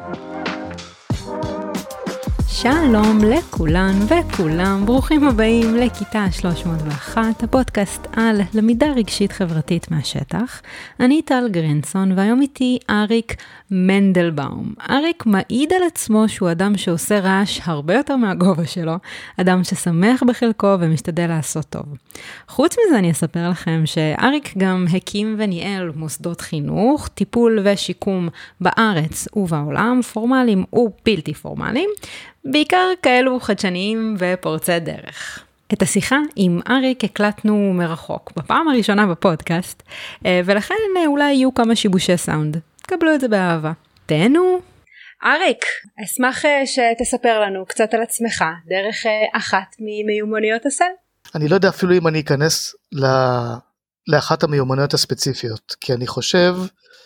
שלום לכולן וכולם, ברוכים הבאים לכיתה 301, הפודקאסט על למידה רגשית חברתית מהשטח. אני טל גרינסון והיום איתי אריק מנדלבאום. אריק מעיד על עצמו שהוא אדם שעושה רעש הרבה יותר מהגובה שלו, אדם ששמח בחלקו ומשתדל לעשות טוב. חוץ מזה אני אספר לכם שאריק גם הקים וניהל מוסדות חינוך, טיפול ושיקום בארץ ובעולם, פורמליים ובלתי פורמליים, בעיקר כאלו חדשניים ופורצי דרך. את השיחה עם אריק הקלטנו מרחוק, בפעם הראשונה בפודקאסט, ולכן אולי יהיו כמה שיבושי סאונד. תקבלו את זה באהבה. תהנו. אריק, אשמח שתספר לנו קצת על עצמך, דרך אחת ממיומנויות הסל. אני לא יודע אפילו אם אני אכנס לאחת המיומנויות הספציפיות, כי אני חושב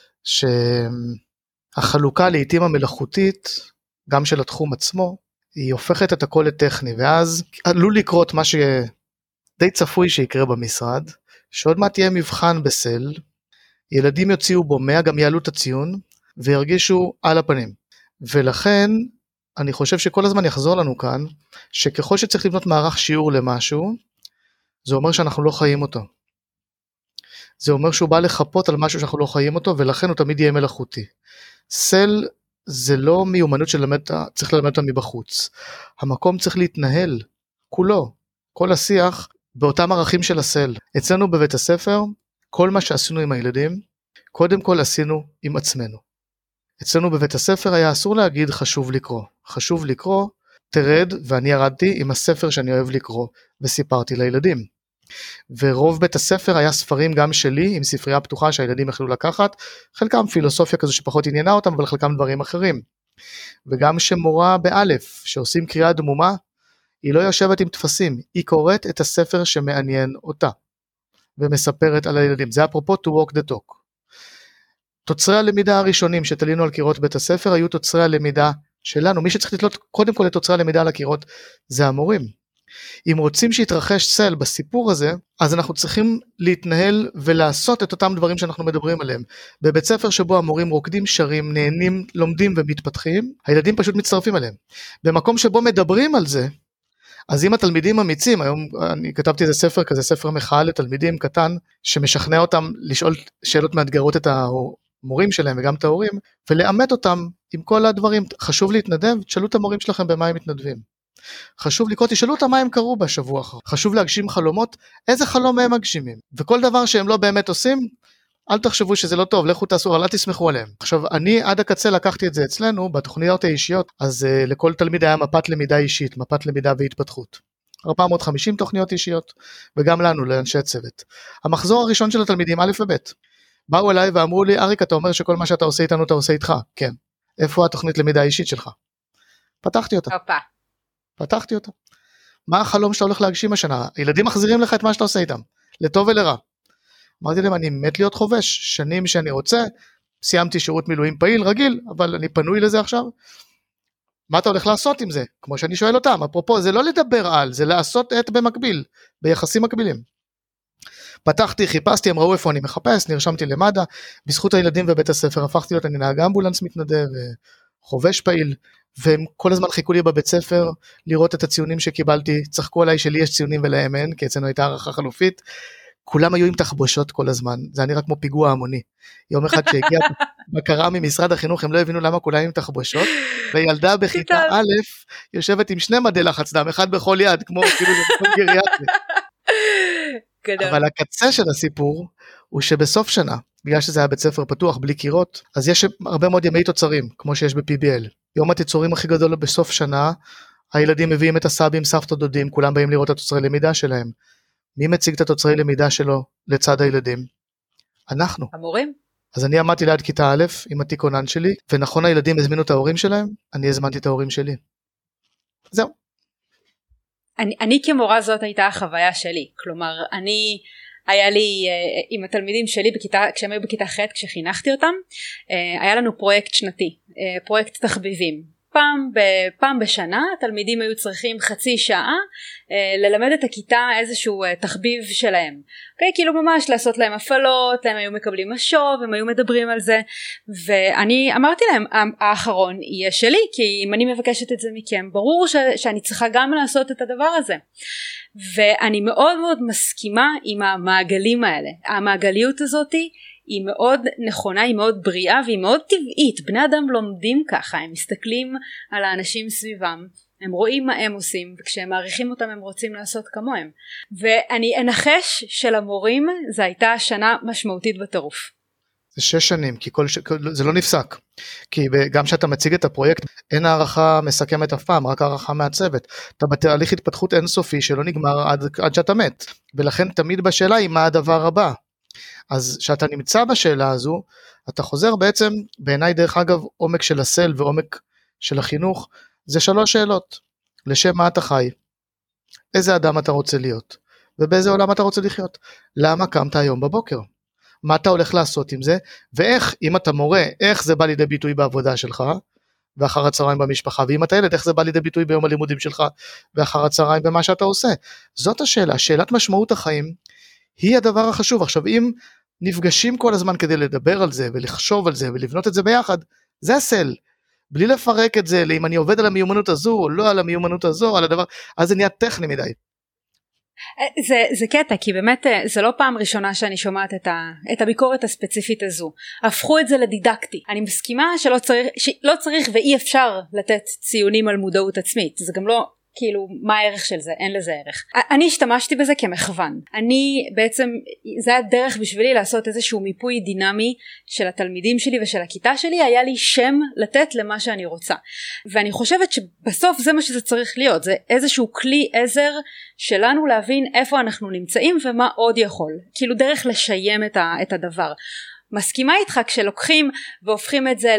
שהחלוקה לעתים המלאכותית, גם של התחום עצמו, היא הופכת את הכל לטכני, ואז עלול לקרות מה שדי צפוי שיקרה במשרד, שעוד מעט תהיה מבחן בסל, ילדים יוציאו בו 100, גם יעלו את הציון, וירגישו על הפנים. ולכן, אני חושב שכל הזמן יחזור לנו כאן, שככל שצריך לבנות מערך שיעור למשהו, זה אומר שאנחנו לא חיים אותו. זה אומר שהוא בא לחפות על משהו שאנחנו לא חיים אותו, ולכן הוא תמיד יהיה מלאכותי. סל זה לא מיומנות צריך ללמד אותה מבחוץ. המקום צריך להתנהל, כולו, כל השיח, באותם ערכים של הסל. אצלנו בבית הספר, כל מה שעשינו עם הילדים, קודם כל עשינו עם עצמנו. אצלנו בבית הספר היה אסור להגיד חשוב לקרוא. חשוב לקרוא, תרד, ואני ירדתי עם הספר שאני אוהב לקרוא, וסיפרתי לילדים. ורוב בית הספר היה ספרים גם שלי, עם ספרייה פתוחה שהילדים יכלו לקחת, חלקם פילוסופיה כזו שפחות עניינה אותם, אבל חלקם דברים אחרים. וגם שמורה באלף, שעושים קריאה דמומה, היא לא יושבת עם תפסים, היא קוראת את הספר שמעניין אותה, ומספרת על הילדים. זה אפרופו to walk the talk. תוצרי הלמידה הראשונים שתלינו על קירות בית הספר, היו תוצרי הלמידה שלנו. מי שצריך לתלות קודם כל את תוצרי הלמידה על הקירות, זה המורים. אם רוצים שיתרחש סל בסיפור הזה, אז אנחנו צריכים להתנהל ולעשות את אותם דברים שאנחנו מדברים עליהם. בבית ספר שבו המורים רוקדים, שרים, נהנים, לומדים ומתפתחים, הילדים פשוט מצטרפים עליהם. במקום שבו מדברים על זה, אז אם התלמידים אמיצים, היום אני כתבתי איזה ספר כזה, ספר מחאה לתלמידים קטן, שמשכנע אותם לשאול שאלות מאתגרות את המורים שלהם וגם את ההורים, ולאמת אותם עם כל הדברים. חשוב להתנדב, תשאלו את המורים שלכם במה הם מתנדבים. חשוב לקרוא, תשאלו אותם מה הם קראו בשבוע אחר. חשוב להגשים חלומות, איזה חלום הם מגשימים. וכל דבר שהם לא באמת עושים, אל תחשבו שזה לא טוב, לכו תעשו, אבל אל תסמכו עליהם. עכשיו, אני עד הקצה לקחתי את זה אצלנו, בתוכניות האישיות, אז לכל תלמיד היה מפת למידה אישית, מפת למידה והתפתחות. 450 תוכניות אישיות, וגם לנו, לאנשי צוות. המחזור הראשון של התלמידים, א' וב', באו אליי ואמרו לי, אריק, אתה אומר שכל מה שאתה עושה איתנו, אתה עושה איתך. כן. איפה התוכנית למידה האישית שלך? פתחתי אותה. מה החלום שאתה הולך להגשים השנה? ילדים מחזירים לך את מה שאתה עושה איתם, לטוב ולרע. אמרתי להם, אני מת להיות חובש, שנים שאני רוצה, סיימתי שירות מילואים פעיל, רגיל, אבל אני פנוי לזה עכשיו. מה אתה הולך לעשות עם זה? כמו שאני שואל אותם, אפרופו, זה לא לדבר על, זה לעשות את במקביל, ביחסים מקבילים. פתחתי, חיפשתי, הם ראו איפה אני מחפש, נרשמתי למד"א, בזכות הילדים ובית הספר, הפכתי להיות, אני נהג אמבולנס מתנדב, חובש פעיל, והם כל הזמן חיכו לי בבית ספר, לראות את הציונים שקיבלתי, צחקו עליי שלי יש ציונים ולהם אין, כי אצלנו הייתה הערכה חלופית, כולם היו עם תחבושות כל הזמן, זה היה נראה כמו פיגוע המוני, יום אחד שהגיע בקרה ממשרד החינוך, הם לא הבינו למה כולם עם תחבושות, וילדה בכיתה א', יושבת עם 2 מדי לחץ דם, אחד בכל יד, כמו כאילו זה גריאטרי. אבל הקצה של הסיפור, הוא שבסוף שנה, בגלל שזה היה בית ספר פתוח בלי קירות, אז יש הרבה מאוד ימי תוצרים, כמו שיש ב-PBL. יום התוצרים הכי גדול בסוף שנה, הילדים מביאים את הסבים, סבתות דודים, כולם באים לראות את התוצרי למידה שלהם. מי מציג את התוצרי למידה שלו לצד הילדים? אנחנו. המורים? אז אני עמדתי ליד כיתה א' עם התיק עונן שלי, ונכון הילדים הזמינו את ההורים שלהם, אני הזמנתי את ההורים שלי. זהו. אני כמורה זאת הייתה החוויה שלי, כלומר היה לי עם התלמידים שלי כשהם היו בכיתה ח' כשחינכתי אותם, היה לנו פרויקט שנתי, פרויקט תחביבים, פעם בשנה התלמידים היו צריכים חצי שעה ללמד את הכיתה איזשהו תחביב שלהם. כאילו ממש לעשות להם הפעלות, הם היו מקבלים משוב, הם היו מדברים על זה, ואני אמרתי להם, האחרון יהיה שלי, כי אם אני מבקשת את זה מכם, ברור שאני צריכה גם לעשות את הדבר הזה. ואני מאוד מאוד מסכימה עם המעגלים האלה. המעגליות הזאת היא מאוד נכונה, היא מאוד בריאה והיא מאוד טבעית. בני אדם לומדים ככה, הם מסתכלים על האנשים סביבם, הם רואים מה הם עושים, וכשהם מעריכים אותם הם רוצים לעשות כמוהם. ואני אנחש שלמורים זו הייתה שנה משמעותית בטירוף. זה 6 שנים, כי זה לא נפסק. כי גם כשאתה מציג את הפרויקט, אין הערכה מסכמת אף פעם, רק הערכה מהצוות. אתה בתהליך התפתחות אינסופי שלא נגמר עד שאתה מת. ולכן תמיד בשאלה היא מה הדבר הבא. אז כשאתה נמצא בשאלה הזו, אתה חוזר בעצם, בעיניי דרך אגב, עומק של הסל ועומק של החינוך, זה 3 שאלות. לשם מה אתה חי? איזה אדם אתה רוצה להיות? ובאיזה עולם אתה רוצה לחיות? למה קמת היום בבוקר? מה אתה הולך לעשות עם זה? ואיך, אם אתה מורה, איך זה בא לידי ביטוי בעבודה שלך, ואחר הצהריים במשפחה, ואם אתה ילד, איך זה בא לידי ביטוי ביום הלימודים שלך, ואחר הצהריים במה שאתה עושה? זאת השאלה, שאלת משמעות החיים, היא הדבר החשוב. עכשיו, אם נפגשים כל הזמן כדי לדבר על זה, ולחשוב על זה, ולבנות את זה ביחד, זה הסל. בלי לפרק את זה, אם אני עובד על המיומנות הזו, או לא על המיומנות הזו, על הדבר, אז זה נהיה טכני מדי. זה קטע, כי באמת זה לא פעם ראשונה שאני שומעת את הביקורת הספציפית הזו. הפכו את זה לדידקטי. אני מסכימה שלא צריך ואי אפשר לתת ציונים על מודעות עצמית. זה גם לא, כאילו, מה הערך של זה? אין לזה ערך. אני השתמשתי בזה כמכוון. אני בעצם, זה הדרך בשבילי לעשות איזשהו מיפוי דינמי של התלמידים שלי ושל הכיתה שלי, היה לי שם לתת למה שאני רוצה. ואני חושבת שבסוף זה מה שזה צריך להיות. זה איזשהו כלי עזר שלנו להבין איפה אנחנו נמצאים ומה עוד יכול. כאילו דרך לשיים את הדבר. מסכימה איתך, כשלוקחים והופכים את זה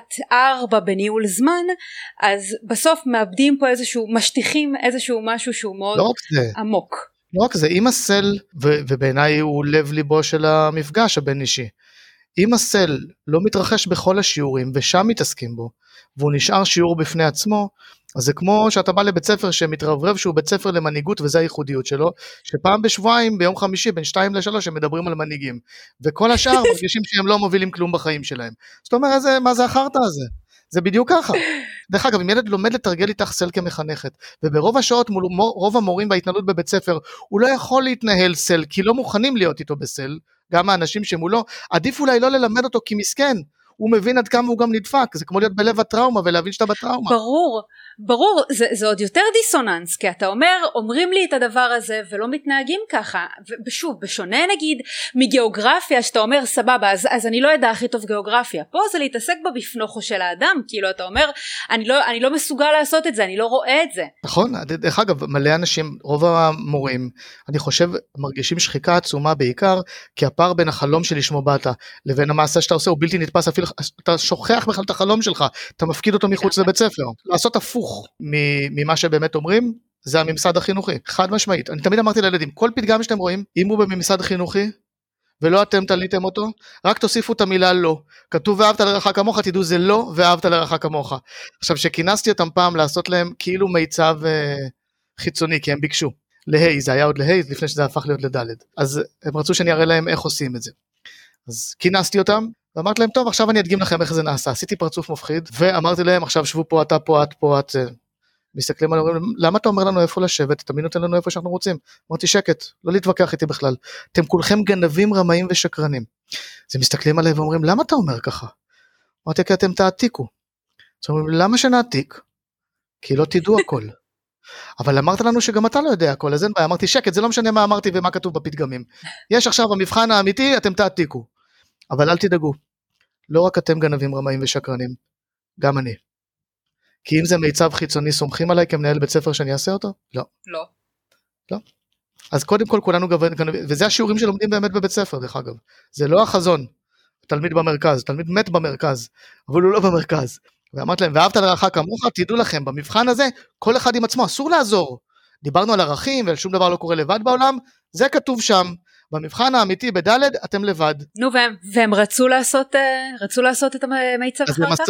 ל4 בניהול זמן, אז בסוף מאבדים פה משטיחים איזשהו משהו שהוא מאוד עמוק. לא רק זה, אם הסל, ובעיניי הוא לב ליבו של המפגש הבין אישי, אם הסל לא מתרחש בכל השיעורים ושם מתעסקים בו, והוא נשאר שיעור בפני עצמו, אז זה כמו שאתה בא לבית ספר שמתרברב שהוא בית ספר למנהיגות, וזה הייחודיות שלו, שפעם בשבועיים ביום חמישי בין 2 ל-3 הם מדברים על מנהיגים, וכל השאר מרגישים שהם לא מובילים כלום בחיים שלהם. זאת אומרת, מה זה החרטא הזה? זה בדיוק ככה. דרך אגב, אם ילד לומד לתרגל איתך סל כמחנכת, וברוב השעות מול רוב המורים בהתנהלות בבית ספר, הוא לא יכול להתנהל סל, כי לא מוכנים להיות איתו בסל, גם האנשים שמולו, עדיף אולי לא ללמד אותו כי מסכן, הוא מבין עד כמה הוא גם נדפק, זה כמו להיות בלב הטראומה ולהבין שאתה בטראומה. ברור, זה עוד יותר דיסוננס, כי אתה אומרים לי את הדבר הזה ולא מתנהגים ככה, ושוב, בשונה נגיד מגיאוגרפיה, שאתה אומר סבבה, אז אני לא יודע הכי טוב גיאוגרפיה, פה זה להתעסק בבפנוכו של האדם, כאילו אתה אומר, אני לא מסוגל לעשות את זה, אני לא רואה את זה. נכון, דרך אגב, מלא אנשים, רוב המורים, אני חושב, מרגישים שחיקה עצומה בעיקר, כי הפער בין החלום של לשמו באת, לבין המעשה שאתה עושה, הוא בלתי נתפס, אפילו אתה שוכח בכלל את החלום שלך, אתה מפקיד אותו מחוץ לבית ספר. לעשות הפוך ממה שבאמת אומרים, זה הממסד החינוכי, חד משמעית. אני תמיד אמרתי לילדים, כל פתגם שאתם רואים, אם הוא בממסד החינוכי, ולא אתם תליתם אותו, רק תוסיפו את המילה לא. כתוב ואהבת לרעך כמוך, תדעו זה לא ואהבת לרעך כמוך. עכשיו שכינסתי אותם פעם לעשות להם כאילו מיצב חיצוני, כי הם ביקשו. להי, זה היה עוד להי, לפני שזה הפך להיות לדלת. אז הם רצו שאני אראה להם איך עושים את זה. אז כינסתי אותם, ואמרתי להם, טוב, עכשיו אני אדגים לכם איך זה נעשה. עשיתי פרצוף מפחיד, ואמרתי להם, עכשיו שבו פה, אתה פה, את פה, את... מסתכלים עליהם, למה אתה אומר לנו איפה לשבת? תמיד נותן לנו איפה שאנחנו רוצים. אמרתי, שקט, לא להתווכח איתי בכלל. אתם כולכם גנבים, רמאים ושקרנים. אז הם מסתכלים עליהם ואומרים, למה אתה אומר ככה? אמרתי, כי אתם תעתיקו. אז אומרים, למה שנעתיק? כי לא תדעו הכל. אבל אמרת לנו שגם אתה לא יודע הכל, אז אין בעיה. אמרתי, שקט, זה לא משנה מה אמרתי ומה כתוב בפתגמים. יש עכשיו המבחן האמיתי, אתם תעתיקו. אבל אל תדאגו. לא רק אתם גנבים, רמאים ושקרנים, גם אני. כי אם זה מיצב חיצוני, סומכים עליי כמנהל בית ספר שאני אעשה אותו? לא. לא. אז קודם כל כולנו גנבים, וזה השיעורים שלומדים באמת בבית ספר, דרך אגב. זה לא החזון, תלמיד במרכז, תלמיד מת במרכז, אבל הוא לא במרכז. ואמרתי להם, ואהבת לרעך כמוך, תדעו לכם, במבחן הזה, כל אחד עם עצמו, אסור לעזור. דיברנו על ערכים, ושום דבר לא קורה לבד בעולם, זה כתוב שם. במבחן האמיתי בדלת, אתם לבד. נו, והם רצו לעשות את המיצב חרטא?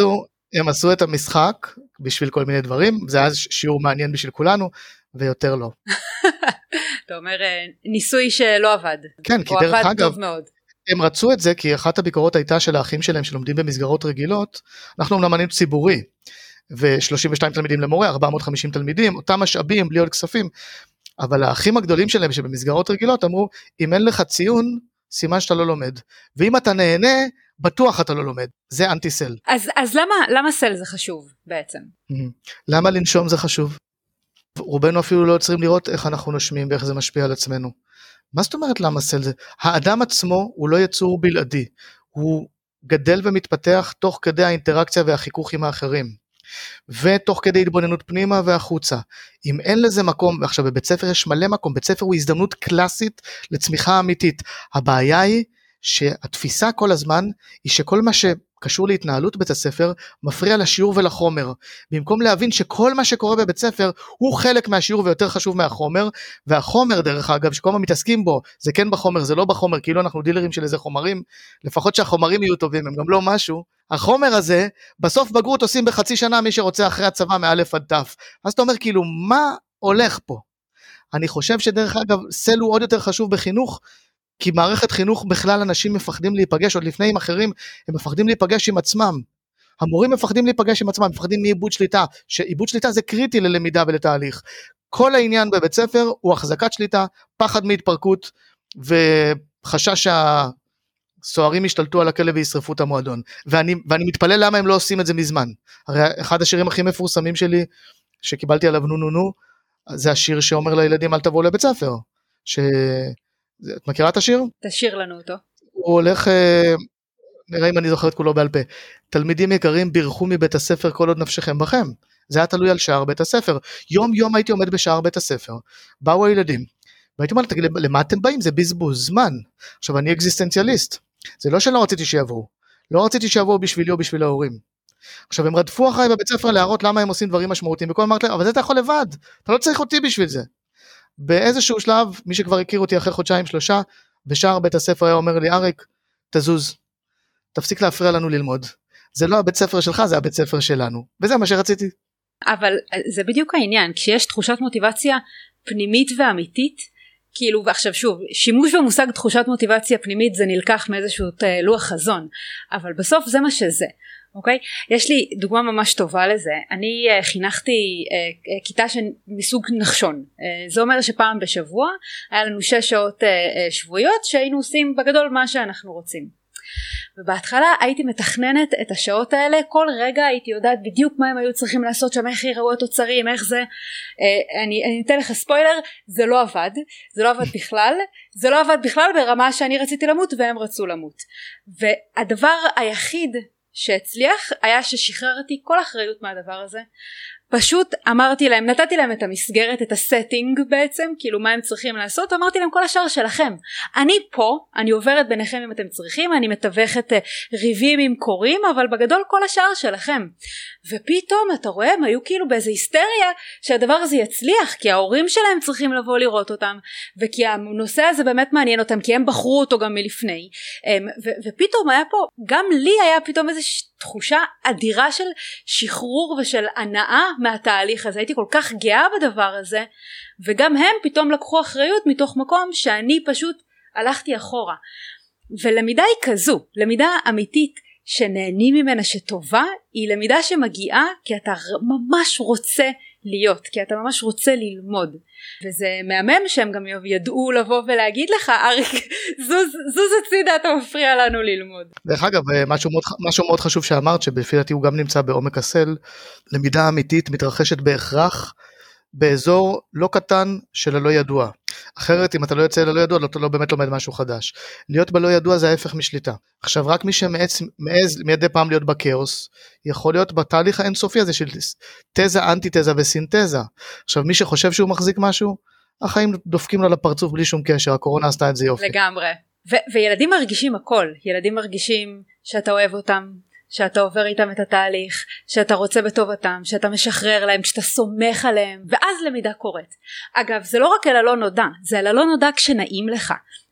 הם עשו את המשחק בשביל כל מיני דברים, זה היה שיעור מעניין בשביל כולנו, ויותר לא. אתה אומר, ניסוי שלא עבד. כן, כי דרך אגב, הם רצו את זה, כי אחת הביקורות הייתה של האחים שלהם, שלומדים במסגרות רגילות, אנחנו אומנם עניין ציבורי, ו32 תלמידים למורה, 450 תלמידים, אותם משאבים, בלי עוד כספים, אבל האחים הגדולים שלהם, שבמסגרות רגילות, אמרו, אם אין לך ציון, סימן שאתה לא לומד, ואם אתה נהנה, בטוח אתה לא לומד, זה אנטי סל. אז למה סל זה חשוב בעצם? למה לנשום זה חשוב? רובנו אפילו לא צריכים לראות איך אנחנו נושמים, ואיך זה משפיע על עצמנו. מה זאת אומרת למה סל זה? האדם עצמו הוא לא יצור בלעדי, הוא גדל ומתפתח תוך כדי האינטראקציה והחיכוך עם האחרים, ותוך כדי התבוננות פנימה והחוצה. אם אין לזה מקום, ועכשיו בבית ספר יש מלא מקום, בית ספר הוא הזדמנות קלאסית לצמיחה אמיתית. הבעיה היא שהתפיסה כל הזמן היא שכל מה שקשור להתנהלות בית הספר מפריע לשיעור ולחומר, במקום להבין שכל מה שקורה בבית ספר הוא חלק מהשיעור ויותר חשוב מהחומר, והחומר דרך אגב שכל מה מתעסקים בו זה כן בחומר זה לא בחומר, כאילו אנחנו דילרים של איזה חומרים, לפחות שהחומרים יהיו טובים, הם גם לא משהו, החומר הזה בסוף בגרות עושים בחצי שנה מי שרוצה אחרי הצבא מאלף עד תף, אז אתה אומר כאילו מה הולך פה? אני חושב שדרך אגב סל הוא עוד יותר חשוב בחינוך, כי מערכת חינוך בכלל אנשים מפחדים להיפגש, עוד לפני עם אחרים, הם מפחדים להיפגש עם עצמם. המורים מפחדים להיפגש עם עצמם, מפחדים מאיבוד שליטה, שאיבוד שליטה זה קריטי ללמידה ולתהליך. כל העניין בבית ספר הוא החזקת שליטה, פחד מהתפרקות, וחשש שהסוהרים ישתלטו על הכלא וישרפו את המועדון. ואני מתפלל למה הם לא עושים את זה מזמן. הרי אחד השירים הכי מפורסמים שלי, שקיבלתי עליו נו נו נו, זה השיר שאומר לילדים אל תבואו לבית ספר. את מכירה את השיר? תשאיר לנו אותו. הוא הולך, נראה אם אני זוכר את כולו בעל פה, תלמידים יקרים בירכו מבית הספר כל עוד נפשכם בכם, זה היה תלוי על שער בית הספר, יום יום הייתי עומד בשער בית הספר, באו הילדים, והייתי אומר, תגיד, למה אתם באים? זה בזבוז זמן, עכשיו אני אקזיסטנציאליסט, זה לא שלא רציתי שיבואו, לא רציתי שיבואו בשבילי או בשביל ההורים, עכשיו הם רדפו אחריי בבית ספר להראות למה הם עושים דברים משמעותיים, וכל אמרתי להם, אבל זה אתה יכול לבד, אתה לא צריך אותי בשביל זה. באיזשהו שלב, מי שכבר הכיר אותי אחרי חודשיים שלושה, בשער בית הספר היה אומר לי, אריק, תזוז, תפסיק להפריע לנו ללמוד. זה לא הבית ספר שלך, זה הבית ספר שלנו. וזה מה שרציתי. אבל זה בדיוק העניין, כשיש תחושת מוטיבציה פנימית ואמיתית, כאילו, ועכשיו שוב, שימוש במושג תחושת מוטיבציה פנימית, זה נלקח מאיזשהו לוח חזון, אבל בסוף זה מה שזה. אוקיי? יש לי דוגמה ממש טובה לזה, אני חינכתי כיתה מסוג נחשון, זה אומר שפעם בשבוע היה לנו 6 שעות שבועיות שהיינו עושים בגדול מה שאנחנו רוצים, ובהתחלה הייתי מתכננת את השעות האלה, כל רגע הייתי יודעת בדיוק מה הם היו צריכים לעשות שם, איך יראו התוצרים, איך זה, אני אתן לך ספוילר, זה לא עבד, זה לא עבד בכלל, זה לא עבד בכלל ברמה שאני רציתי למות והם רצו למות, והדבר היחיד שהצליח היה ששחררתי כל אחריות מהדבר הזה, פשוט אמרתי להם, נתתי להם את המסגרת, את הסטינג בעצם, כאילו מה הם צריכים לעשות, אמרתי להם כל השאר שלכם, אני פה, אני עוברת ביניכם אם אתם צריכים, אני מתווכת ריבים עם קוראים, אבל בגדול כל השאר שלכם, ופתאום אתה רואה, הם היו כאילו באיזו היסטריה, שהדבר הזה יצליח, כי ההורים שלהם צריכים לבוא לראות אותם, וכי הנושא הזה באמת מעניין אותם, כי הם בחרו אותו גם מלפני, ופתאום היה פה, גם לי היה פתאום איזו תחושה אדירה של שחרור ושל הנאה מהתהליך הזה, הייתי כל כך גאה בדבר הזה, וגם הם פתאום לקחו אחריות מתוך מקום שאני פשוט הלכתי אחורה. ולמידה היא כזו, למידה אמיתית שנהנים ממנה שטובה, היא למידה שמגיעה כי אתה ממש רוצה להיות, כי אתה ממש רוצה ללמוד, וזה מהמם שהם גם ידעו לבוא ולהגיד לך, אריק, זוז הצידה, אתה מפריע לנו ללמוד. דרך אגב, משהו מאוד חשוב שאמרת, שבפי דעתי הוא גם נמצא בעומק הסל, למידה אמיתית מתרחשת בהכרח, באזור לא קטן של הלא ידוע, אחרת אם אתה לא יוצא ללא ידוע, אתה לא באמת לומד משהו חדש, להיות בלא ידוע זה ההפך משליטה, עכשיו רק מי שמעז מדי פעם להיות בקאוס, יכול להיות בתהליך האינסופי הזה של תזה, אנטי-תזה וסינתזה, עכשיו מי שחושב שהוא מחזיק משהו, החיים דופקים לו לפרצוף בלי שום קשר, הקורונה עשתה את זה יופי. לגמרי, וילדים מרגישים הכל, ילדים מרגישים שאתה אוהב אותם, שאתה עובר איתם את התהליך, שאתה רוצה בטובתם, שאתה משחרר להם, שאתה סומך עליהם, ואז למידה קורית. אגב, זה לא רק אל הלא נודע, זה אל הלא נודע כשנעים לך.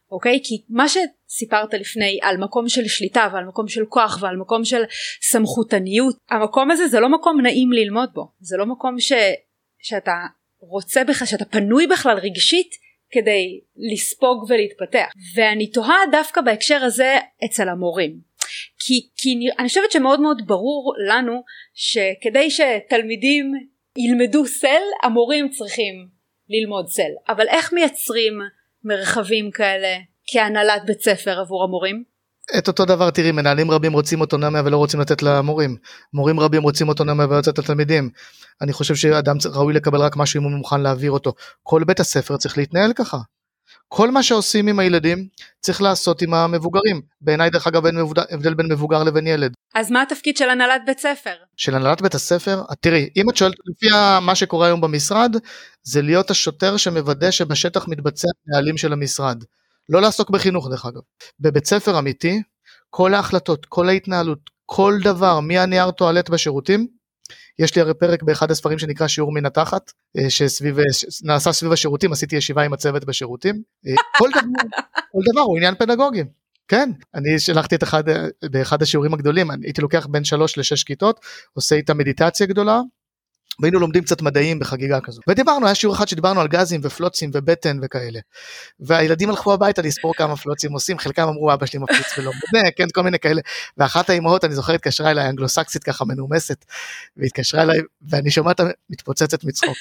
אוקיי? כי מה שסיפרת לפני על מקום של שליטה ועל מקום של כוח ועל מקום של סמכותניות, המקום הזה זה לא מקום נעים ללמוד בו, זה לא מקום שאתה רוצה בכלל, שאתה פנוי בכלל רגשית כדי לספוג ולהתפתח. ואני תוהה דווקא בהקשר הזה אצל המורים, כי אני חושבת שמאוד מאוד ברור לנו שכדי שתלמידים ילמדו סל, המורים צריכים ללמוד סל, אבל איך מייצרים מרחבים כאלה כהנהלת בית ספר עבור המורים? את אותו דבר, תראי, מנהלים רבים רוצים אוטונומיה ולא רוצים לתת למורים, מורים רבים רוצים אוטונומיה ולא לתת לתלמידים. אני חושב שאדם ראוי לקבל רק משהו אם הוא מוכן להעביר אותו. כל בית הספר צריך להתנהל ככה. כל מה שעושים עם הילדים צריך לעשות עם המבוגרים. בעיניי דרך אגב אין הבדל בין מבוגר לבין ילד. אז מה התפקיד של הנהלת בית ספר? של הנהלת בית הספר? תראי, אם את שואלת לפי מה שקורה היום במשרד, זה להיות השוטר שמוודא שבשטח מתבצע נהלים של המשרד. לא לעסוק בחינוך דרך אגב. בבית ספר אמיתי, כל ההחלטות, כל ההתנהלות, כל דבר, מהנייר טואלט בשירותים, יש לי הרי פרק באחד הספרים שנקרא שיעור מן התחת, שנעשה סביב השירותים, עשיתי ישיבה עם הצוות בשירותים, כל דבר הוא עניין פדגוגי, כן, אני שלחתי באחד השיעורים הגדולים, הייתי לוקח בין 3 ל-6 כיתות, עושה איתה מדיטציה גדולה, והיינו לומדים קצת מדעים בחגיגה כזו, ודיברנו, היה שיעור אחד שדיברנו על גזים ופלוצים ובטן וכאלה, והילדים הלכו הביתה לספור כמה פלוצים עושים, חלקם אמרו אבא שלי מפליץ ולא מודה, כן, כל מיני כאלה, ואחת האימהות אני זוכר התקשרה אליי, אנגלוסקסית ככה מנומסת, והתקשרה אליי, ואני שומעת מתפוצצת מצחוק,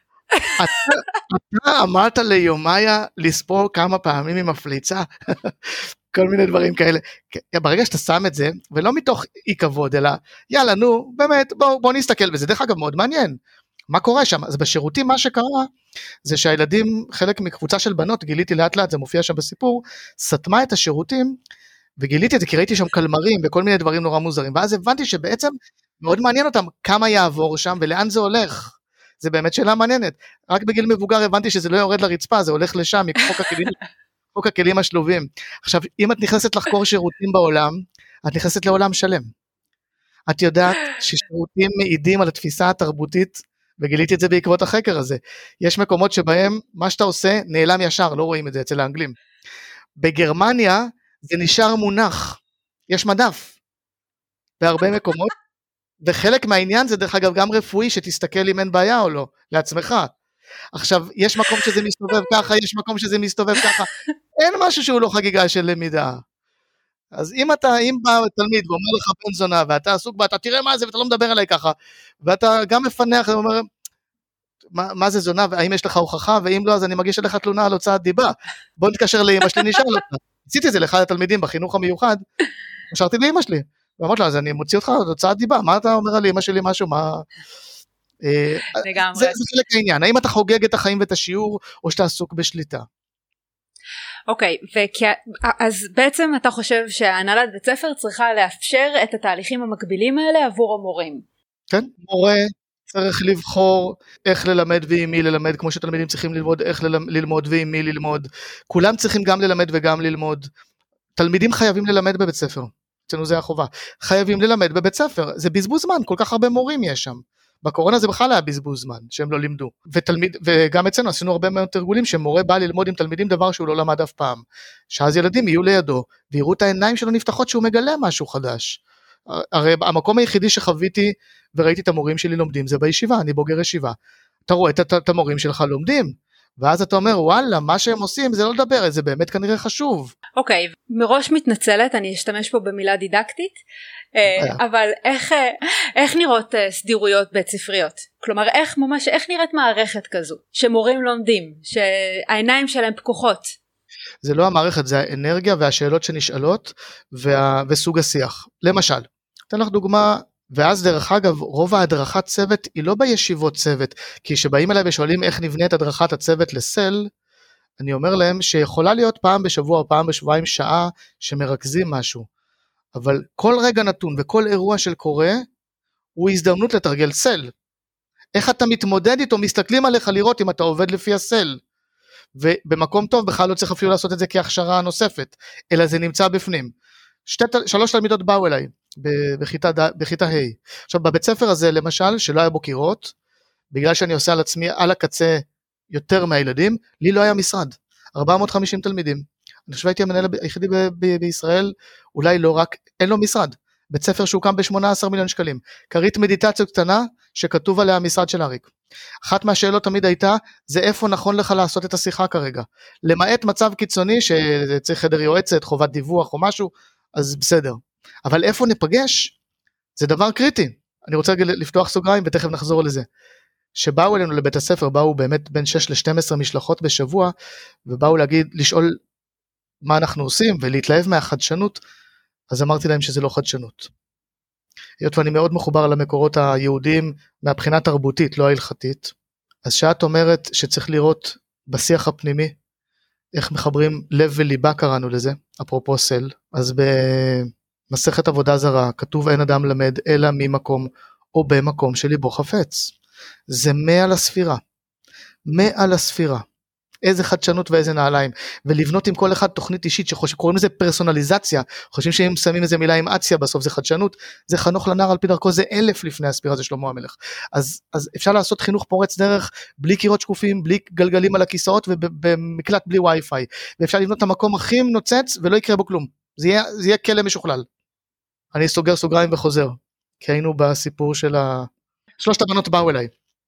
אתה אמרת ליומיה לספור כמה פעמים היא מפליצה, כל מיני דברים כאלה, ברגע שאתה שם את זה, ולא מתוך אי כבוד, אלא יאללה נו, באמת, בוא נסתכל בזה, דרך אגב מאוד מעניין, מה קורה שם, אז בשירותים מה שקרה, זה שהילדים, חלק מקבוצה של בנות, גיליתי לאט לאט, זה מופיע שם בסיפור, סתמה את השירותים, וגיליתי את זה, כי ראיתי שם קלמרים, וכל מיני דברים נורא מוזרים, ואז הבנתי שבעצם, מאוד מעניין אותם, כמה יעבור שם, ולאן זה הולך, זה באמת שאלה מעניינת, רק בגיל מבוגר הבנתי שזה לא יורד לרצפה, זה הולך לשם, חוק הכלים השלובים. עכשיו, אם את נכנסת לחקור שירותים בעולם, את נכנסת לעולם שלם. את יודעת ששירותים מעידים על התפיסה התרבותית, וגיליתי את זה בעקבות החקר הזה. יש מקומות שבהם מה שאתה עושה נעלם ישר, לא רואים את זה אצל האנגלים. בגרמניה זה נשאר מונח, יש מדף, בהרבה מקומות, וחלק מהעניין זה דרך אגב גם רפואי, שתסתכל אם אין בעיה או לא, לעצמך. עכשיו, יש מקום שזה מסתובב ככה, יש מקום שזה מסתובב ככה, אין משהו שהוא לא חגיגה של למידה. אז אם בא תלמיד ואומר לך בן זונה, ואתה עסוק בה, אתה תראה מה זה, ואתה לא מדבר עליי ככה, ואתה גם מפנח, ואומר, מה זה זונה, והאם יש לך הוכחה, ואם לא, אז אני מגיש עליך תלונה על הוצאת דיבה, בוא נתקשר לאמא שלי, נשאל אותה. עשיתי את זה לאחד התלמידים בחינוך המיוחד, נשארתי לאמא שלי, ואמרתי לה, אז אני מוציא אותך על הוצאת דיבה, מה אתה אומר על אמא שלי משהו, מה... זה חלק העניין, האם אתה חוגג את החיים ואת השיעור, או שאתה עסוק בשליטה. אוקיי, אז בעצם אתה חושב שהנהלת בית ספר צריכה לאפשר את התהליכים המקבילים האלה עבור המורים. כן, מורה צריך לבחור איך ללמד ועם מי ללמד, כמו שתלמידים צריכים ללמוד איך ללמוד ועם מי ללמוד, כולם צריכים גם ללמד וגם ללמוד, תלמידים חייבים ללמד בבית ספר, אצלנו זה החובה, חייבים ללמד בבית ספר, זה בזבוז זמן, כל כך הרבה מורים יש שם, בקורונה זה בכלל היה בזבוז זמן, שהם לא לימדו, וגם אצלנו עשינו הרבה מאוד תרגולים, שמורה בא ללמוד עם תלמידים דבר שהוא לא למד אף פעם, שאז ילדים יהיו לידו, ויראו את העיניים שלו נפתחות שהוא מגלה משהו חדש, הרי המקום היחידי שחוויתי, וראיתי את המורים שלי לומדים, זה בישיבה, אני בוגר ישיבה, אתה רואה את המורים שלך לומדים, ואז אתה אומר וואלה, מה שהם עושים זה לא לדבר, זה באמת כנראה חשוב. אוקיי, מראש מתנצלת, אני אשתמש פה במילה דידקטית, אבל איך נראות סדירויות בית ספריות? כלומר, איך נראית מערכת כזו, שמורים לומדים, שהעיניים שלהם פקוחות? זה לא המערכת, זה האנרגיה והשאלות שנשאלות, וסוג השיח. למשל, אתן לך דוגמה, ואז דרך אגב, רוב ההדרכת צוות היא לא בישיבות צוות, כי שבאים אליי ושואלים איך נבנה את הדרכת הצוות לסל, אני אומר להם שיכולה להיות פעם בשבוע או פעם בשבועיים שעה שמרכזים משהו, אבל כל רגע נתון וכל אירוע של קורה, הוא הזדמנות לתרגל סל. איך אתה מתמודד איתו, מסתכלים עליך לראות אם אתה עובד לפי הסל, ובמקום טוב בכלל לא צריך אפילו לעשות את זה כהכשרה נוספת, אלא זה נמצא בפנים. 3 תלמידות באו אליי, בכיתה ה'. עכשיו בבית ספר הזה למשל, שלא היה בו קירות, בגלל שאני עושה על עצמי על הקצה יותר מהילדים, לי לא היה משרד, 450 תלמידים, אני חושב שהייתי המנהל היחידי בישראל, אולי לא רק, אין לו משרד, בית ספר שהוקם ב-18 מיליון שקלים, כרית מדיטציה קטנה, שכתוב עליה המשרד של אריק. אחת מהשאלות תמיד הייתה, זה איפה נכון לך לעשות את השיחה כרגע, למעט מצב קיצוני, שצריך חדר יועצת, חובת דיווח או משהו, אז בסדר. אבל איפה נפגש, זה דבר קריטי. אני רוצה לפתוח סוגריים, ותכף נחזור לזה. שבאו אלינו לבית הספר, באו באמת בין 6 ל-12 משלחות בשבוע, ובאו לשאול מה אנחנו עושים, ולהתלהב מהחדשנות, אז אמרתי להם שזה לא חדשנות. היות ואני מאוד מחובר למקורות היהודיים, מהבחינה תרבותית, לא ההלכתית, אז שאת אומרת שצריך לראות בשיח הפנימי, איך מחברים לב וליבה קראנו לזה, אפרופו סל, אז במסכת עבודה זרה, כתוב אין אדם למד, אלא ממקום, או במקום שליבו חפץ. זה 100 לספירה, 100 לספירה, איזה חדשנות ואיזה נעליים, ולבנות עם כל אחד תוכנית אישית, שקוראים לזה פרסונליזציה, חושבים שאם שמים איזה מילה עם אציה, בסוף זה חדשנות, זה חנוך לנער על פי דרכו, זה 1000 לפני הספירה, זה שלמה המלך, אז אפשר לעשות חינוך פורץ דרך, בלי קירות שקופים, בלי גלגלים על הכיסאות, ובמקלט בלי וי-פיי, ואפשר לבנות את המקום הכי נוצץ, ולא יקרה בו כלום, זה יהיה כלא משוכלל. אני סוגר סוגריים וחוזר, כי היינו בסיפור של שלושת הבנות באו אליי,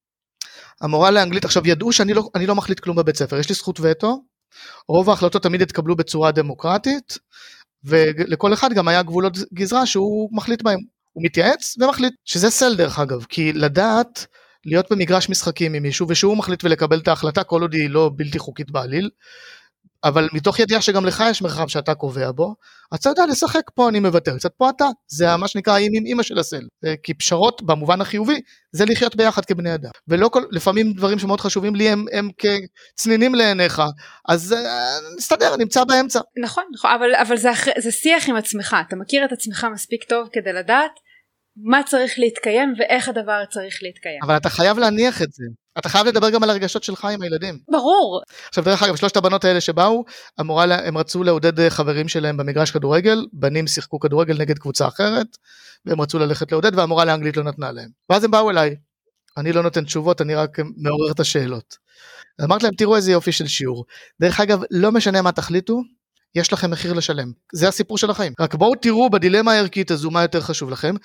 המורה לאנגלית, עכשיו ידעו שאני לא מחליט כלום בבית ספר, יש לי זכות וטו, רוב ההחלטות תמיד התקבלו בצורה דמוקרטית, ולכל אחד גם היה גבולות גזרה שהוא מחליט בהם, הוא מתייעץ ומחליט, שזה סל דרך אגב, כי לדעת להיות במגרש משחקים עם מישהו, ושהוא מחליט ולקבל את ההחלטה, כל עוד היא לא בלתי חוקית בעליל, אבל מתוך ידיעה שגם לך יש מרחב שאתה קובע בו, אתה יודע לשחק פה אני מוותר, קצת פה אתה, זה מה שנקרא עם אמא של הסל, כי פשרות במובן החיובי, זה לחיות ביחד כבני אדם, ולא לפעמים דברים שמאוד חשובים לי הם כצנינים לעיניך, אז נסתדר, נמצא באמצע. נכון, אבל זה שיח עם עצמך, אתה מכיר את עצמך מספיק טוב כדי לדעת, מה צריך להתקיים ואיך הדבר צריך להתקיים. אבל אתה חייב להניח את זה. אתה חייב לדבר גם על הרגשות שלך עם הילדים. ברור. עכשיו דרך אגב, שלושת הבנות האלה שבאו, הם רצו לעודד חברים שלהם במגרש כדורגל, בנים שיחקו כדורגל נגד קבוצה אחרת, והם רצו ללכת לעודד, והמורה לאנגלית לא נתנה להם. ואז הם באו אליי, אני לא נותן תשובות, אני רק מעורר את השאלות. אמרתי להם, תראו איזה יופי של שיעור. דרך אגב, לא משנה מה תחליטו, יש לכם מחיר לשלם. זה הסיפור של החיים. רק בואו תראו בדילמה הערכית הזו מה יותר חשוב לכם,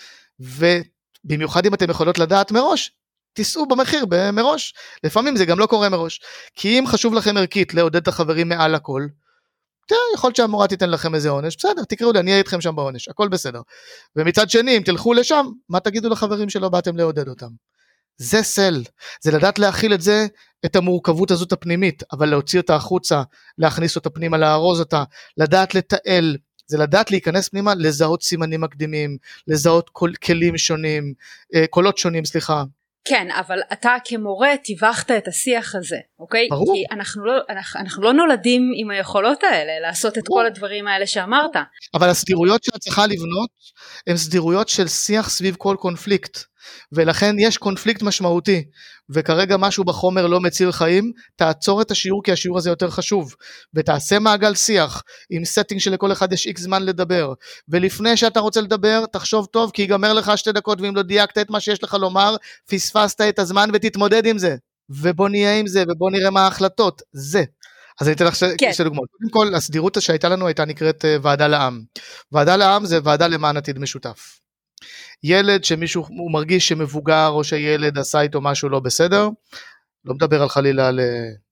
ובמיוחד אם אתם יכולות לדעת מראש, תיסעו במחיר מראש. לפעמים זה גם לא קורה מראש. כי אם חשוב לכם ערכית לעודד את החברים מעל הכל, יכול להיות שהמורה תיתן לכם איזה עונש, בסדר, תקראו לי, אני אהיה איתכם שם בעונש, הכל בסדר. ומצד שני, אם תלכו לשם, מה תגידו לחברים שלא באתם לעודד אותם? זה סל, זה לדעת להכיל את זה, את המורכבות הזאת הפנימית, אבל להוציא אותה החוצה, להכניס אותה פנימה, לארוז אותה, לדעת לתעל, זה לדעת להיכנס פנימה, לזהות סימנים מקדימים, לזהות כלים שונים, קולות שונים, סליחה. כן, אבל אתה כמורה טיווחת את השיח הזה, אוקיי? ברור. כי אנחנו לא נולדים עם היכולות האלה, לעשות את כל הדברים האלה שאמרת. אבל הסדירויות שאת צריכה לבנות, הן סדירויות של שיח סביב כל קונפליקט, ולכן יש קונפליקט משמעותי, וכרגע משהו בחומר לא מציל חיים, תעצור את השיעור כי השיעור הזה יותר חשוב, ותעשה מעגל שיח, עם סטינג שלכל אחד יש איקס זמן לדבר, ולפני שאתה רוצה לדבר, תחשוב טוב, כי ייגמר לך 2 דקות, ואם לא דייקת את מה שיש לך לומר, פספסת את הזמן ותתמודד עם זה, ובוא נהיה עם זה, ובוא נראה מה ההחלטות, זה. אז אני אתן לך שתי דוגמאות. קודם כל, הסדירות שהייתה לנו הייתה נקראת ועדה לעם. ועדה לעם זה ועדה למען עתיד משותף. ילד שמישהו הוא מרגיש שמבוגר או שילד עשה איתו משהו לא בסדר, לא מדבר על חלילה על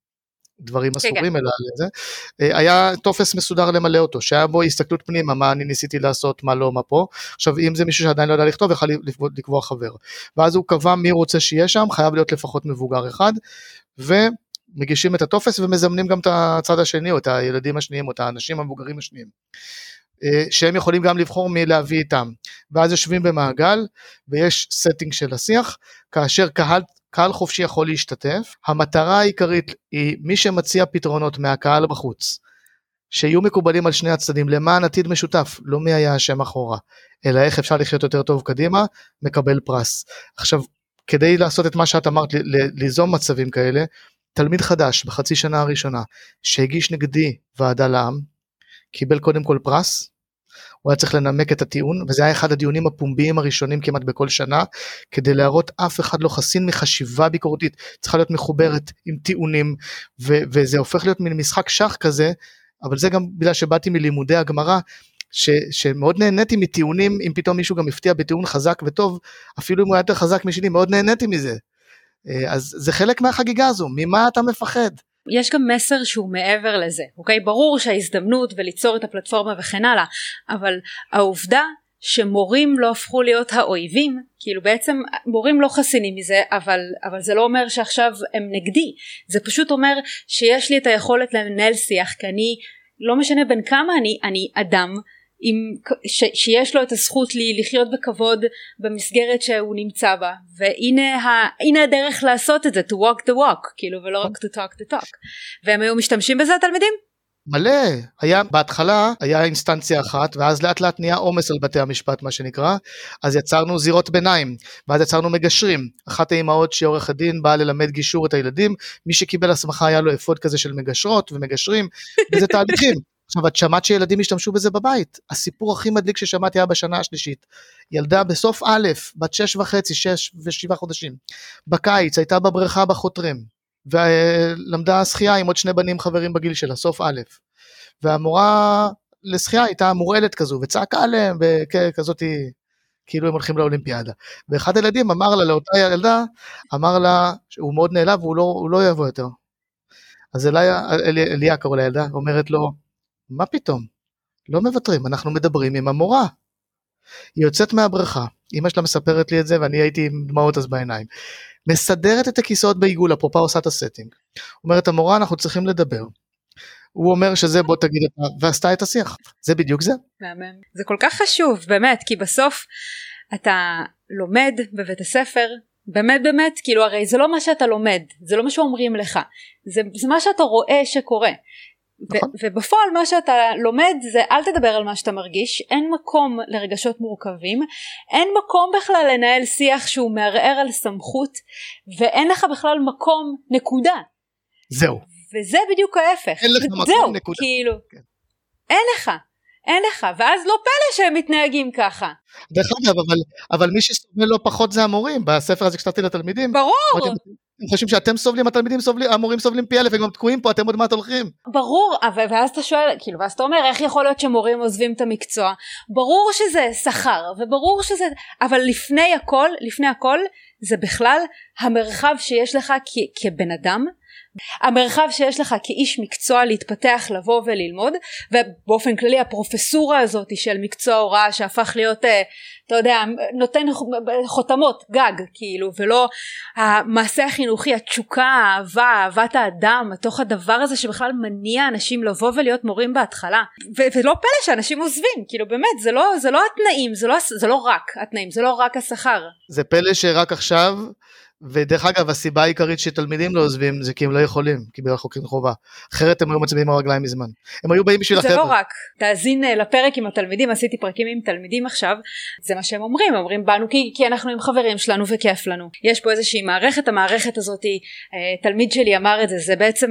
דברים אסורים אלא על זה, היה טופס מסודר למלא אותו, שהיה בו הסתכלות פנימה, מה אני ניסיתי לעשות, מה לא, מה פה, עכשיו אם זה מישהו שעדיין לא יודע לכתוב, יכל לקבוע חבר, ואז הוא קבע מי רוצה שיהיה שם, חייב להיות לפחות מבוגר אחד, ומגישים את הטופס ומזמנים גם את הצד השני, או את הילדים השניים, או את האנשים המבוגרים השניים, שהם יכולים גם לבחור מי להביא איתם, ואז יושבים במעגל, ויש סטינג של השיח, כאשר קהל חופשי יכול להשתתף, המטרה העיקרית היא מי שמציע פתרונות מהקהל בחוץ, שיהיו מקובלים על שני הצדדים, למען עתיד משותף, לא מי היה השם אחורה, אלא איך אפשר לחיות יותר טוב קדימה, מקבל פרס. עכשיו, כדי לעשות את מה שאת אמרת, ליזום מצבים כאלה, תלמיד חדש בחצי שנה הראשונה, שהגיש נגדי ועדה לעם, קיבל קודם כל פרס, הוא היה צריך לנמק את הטיעון, וזה היה אחד הדיונים הפומביים הראשונים כמעט בכל שנה, כדי להראות אף אחד לא חסין מחשיבה ביקורתית, צריכה להיות מחוברת עם טיעונים, וזה הופך להיות מין משחק שח כזה, אבל זה גם בגלל שבאתי מלימודי הגמרא, שמאוד נהניתי מטיעונים, אם פתאום מישהו גם הפתיע בטיעון חזק וטוב, אפילו אם הוא היה יותר חזק משני, מאוד נהניתי מזה. אז זה חלק מהחגיגה הזו, ממה אתה מפחד? יש גם מסר שהוא מעבר לזה, אוקיי? ברור שההזדמנות וליצור את הפלטפורמה וכן הלאה, אבל העובדה שמורים לא הפכו להיות האויבים, כאילו בעצם מורים לא חסינים מזה, אבל זה לא אומר שעכשיו הם נגדי, זה פשוט אומר שיש לי את היכולת לנהל שיח, כי אני, לא משנה בין כמה אני אדם, שיש לו את הזכות לחיות בכבוד במסגרת שהוא נמצא בה, והנה הדרך לעשות את זה, to walk the walk, כאילו, ולא רק to talk the talk. והם היו משתמשים בזה, התלמידים? מלא, בהתחלה היה אינסטנציה אחת, ואז לאט לאט נהיה עומס על בתי המשפט, מה שנקרא, אז יצרנו זירות ביניים, ואז יצרנו מגשרים, אחת האימהות שעורך הדין באה ללמד גישור את הילדים, מי שקיבל הסמכה היה לו אפוד כזה של מגשרות ומגשרים, וזה תהליכים. עכשיו, את שמעת שילדים השתמשו בזה בבית, הסיפור הכי מדליק ששמעתי היה בשנה השלישית, ילדה בסוף א', בת 6 ו7 חודשים, בקיץ הייתה בבריכה בחותרים, ולמדה שחייה עם עוד 2 בנים חברים בגיל שלה, סוף א', והמורה לשחייה הייתה מורעלת כזו, וצעקה עליהם, וכזאת, כאילו הם הולכים לאולימפיאדה, ואחד הילדים אמר לה, לאותה ילדה, אמר לה, שהוא מאוד נעלב, והוא לא יבוא יותר, אז אליה קראו לילדה, אומרת לו, מה פתאום? לא מוותרים, אנחנו מדברים עם המורה. היא יוצאת מהבריכה, אמא שלה מספרת לי את זה, ואני הייתי עם דמעות אז בעיניים. מסדרת את הכיסאות בעיגול, אפרופו עושה את הסטינג. אומרת, המורה, אנחנו צריכים לדבר. הוא אומר שזה בוא תגיד את זה, ועשתה את השיח. זה בדיוק זה. זה כל כך חשוב, באמת, כי בסוף אתה לומד בבית הספר, באמת, כאילו הרי זה לא מה שאתה לומד, זה לא מה שאומרים לך, זה מה שאתה רואה שקורה. ובפועל מה שאתה לומד זה אל תדבר על מה שאתה מרגיש, אין מקום לרגשות מורכבים, אין מקום בכלל לנהל שיח שהוא מערער על סמכות, ואין לך בכלל מקום נקודה. זהו. וזה בדיוק ההפך. אין לך מקום נקודה. כאילו, אין לך, ואז לא פלא שהם מתנהגים ככה. דרך אגב, אבל מי שסובל לא פחות זה המורים, בספר הזה כשכתבתי לתלמידים. ברור. הם חושבים שאתם סובלים, התלמידים סובלים, המורים סובלים פי אלף, הם גם תקועים פה, אתם עוד מעט הולכים. ברור, ואז אתה שואל, כאילו, ואז אתה אומר, איך יכול להיות שמורים עוזבים את המקצוע? ברור שזה שכר, וברור שזה, אבל לפני הכל, זה בכלל המרחב שיש לך כבן אדם, המרחב שיש לך כאיש מקצוע להתפתח, לבוא וללמוד, ובאופן כללי הפרופסורה הזאת של מקצוע הוראה שהפך להיות, אתה יודע, נותן חותמות גג, כאילו, ולא המעשה החינוכי, התשוקה, האהבה, אהבת האדם, מתוך הדבר הזה שבכלל מניע אנשים לבוא ולהיות מורים בהתחלה, ולא פלא שאנשים עוזבים, כאילו באמת, זה לא התנאים, זה לא רק התנאים, זה לא רק השכר. זה פלא שרק עכשיו, ודרך אגב, הסיבה העיקרית שתלמידים לא עוזבים, זה כי הם לא יכולים, כי בגלל חוקרים חובה. אחרת הם היו מצביעים הרגליים מזמן. הם היו באים בשביל החבר'ה. זה לא רק, תאזין לפרק עם התלמידים, עשיתי פרקים עם תלמידים עכשיו, זה מה שהם אומרים באנו כי אנחנו עם חברים שלנו וכיף לנו. יש פה איזושהי מערכת, המערכת הזאת, תלמיד שלי אמר את זה, זה בעצם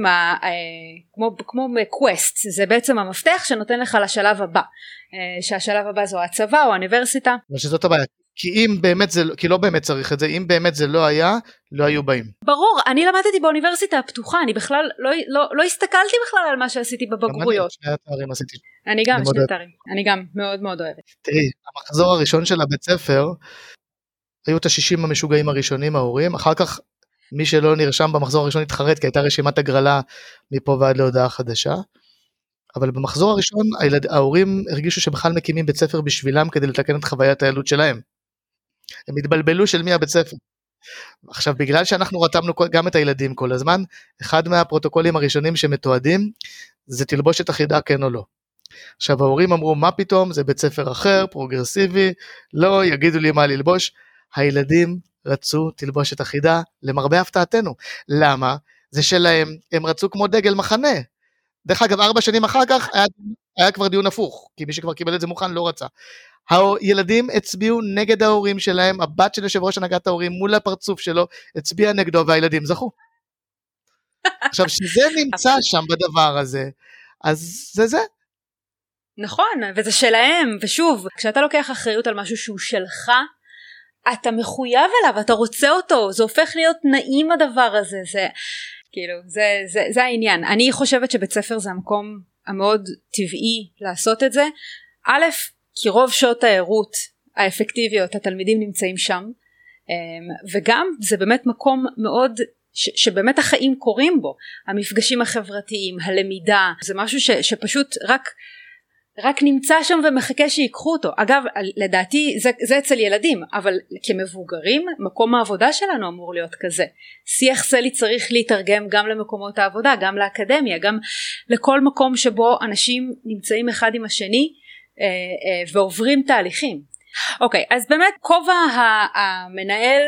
כמו קווסט, זה בעצם המפתח שנותן לך לשלב הבא, שהשלב הבא זו הצבא או האוניברסיטה. ושזאת הבעיה. כי לא באמת צריך את זה, אם באמת זה לא היה, לא היו באים. ברור, אני למדתי באוניברסיטה הפתוחה, אני בכלל לא הסתכלתי בכלל על מה שעשיתי בבגרויות. שני התארים עשיתי. אני גם, שני התארים, אני גם מאוד מאוד אוהבת. תראי, המחזור הראשון של הבית ספר, היו את ה-60 המשוגעים הראשונים ההורים, אחר כך מי שלא נרשם במחזור הראשון התחרט, כי הייתה רשימת הגרלה מפה ועד להודעה חדשה, אבל במחזור הראשון ההורים הרגישו שבכלל מקימים בית ספר בשבילם כדי לתקן את חוויית הילדות שלהם. הם התבלבלו של מי הבית ספר. עכשיו, בגלל שאנחנו רתמנו גם את הילדים כל הזמן, אחד מהפרוטוקולים הראשונים שמתועדים, זה תלבושת אחידה כן או לא. עכשיו, ההורים אמרו, מה פתאום, זה בית ספר אחר, פרוגרסיבי, לא, יגידו לי מה ללבוש. הילדים רצו תלבושת אחידה, למרבה הפתעתנו. למה? זה שלהם, הם רצו כמו דגל מחנה. דרך אגב, 4 שנים אחר כך, היה כבר דיון הפוך, כי מי שכבר קיבל את זה מוכן לא רצה. הילדים הצביעו נגד ההורים שלהם, הבת של יושב ראש הנהגת ההורים מול הפרצוף שלו, הצביע נגדו והילדים זכו. עכשיו שזה נמצא שם בדבר הזה, אז זה. נכון, וזה שלהם, ושוב, כשאתה לוקח אחריות על משהו שהוא שלך, אתה מחויב אליו, אתה רוצה אותו, זה הופך להיות נעים הדבר הזה, זה כאילו, זה העניין. אני חושבת שבית ספר זה המקום המאוד טבעי לעשות את זה, א', כי רוב שעות העירות האפקטיביות התלמידים נמצאים שם, וגם זה באמת מקום מאוד שבאמת החיים קורים בו, המפגשים החברתיים, הלמידה, זה משהו שפשוט רק נמצא שם ומחכה שיקחו אותו. אגב, לדעתי זה אצל ילדים, אבל כמבוגרים מקום העבודה שלנו אמור להיות כזה. שיח סלי צריך להתרגם גם למקומות העבודה, גם לאקדמיה, גם לכל מקום שבו אנשים נמצאים אחד עם השני ועוברים תהליכים. אוקיי, אז באמת כובע המנהל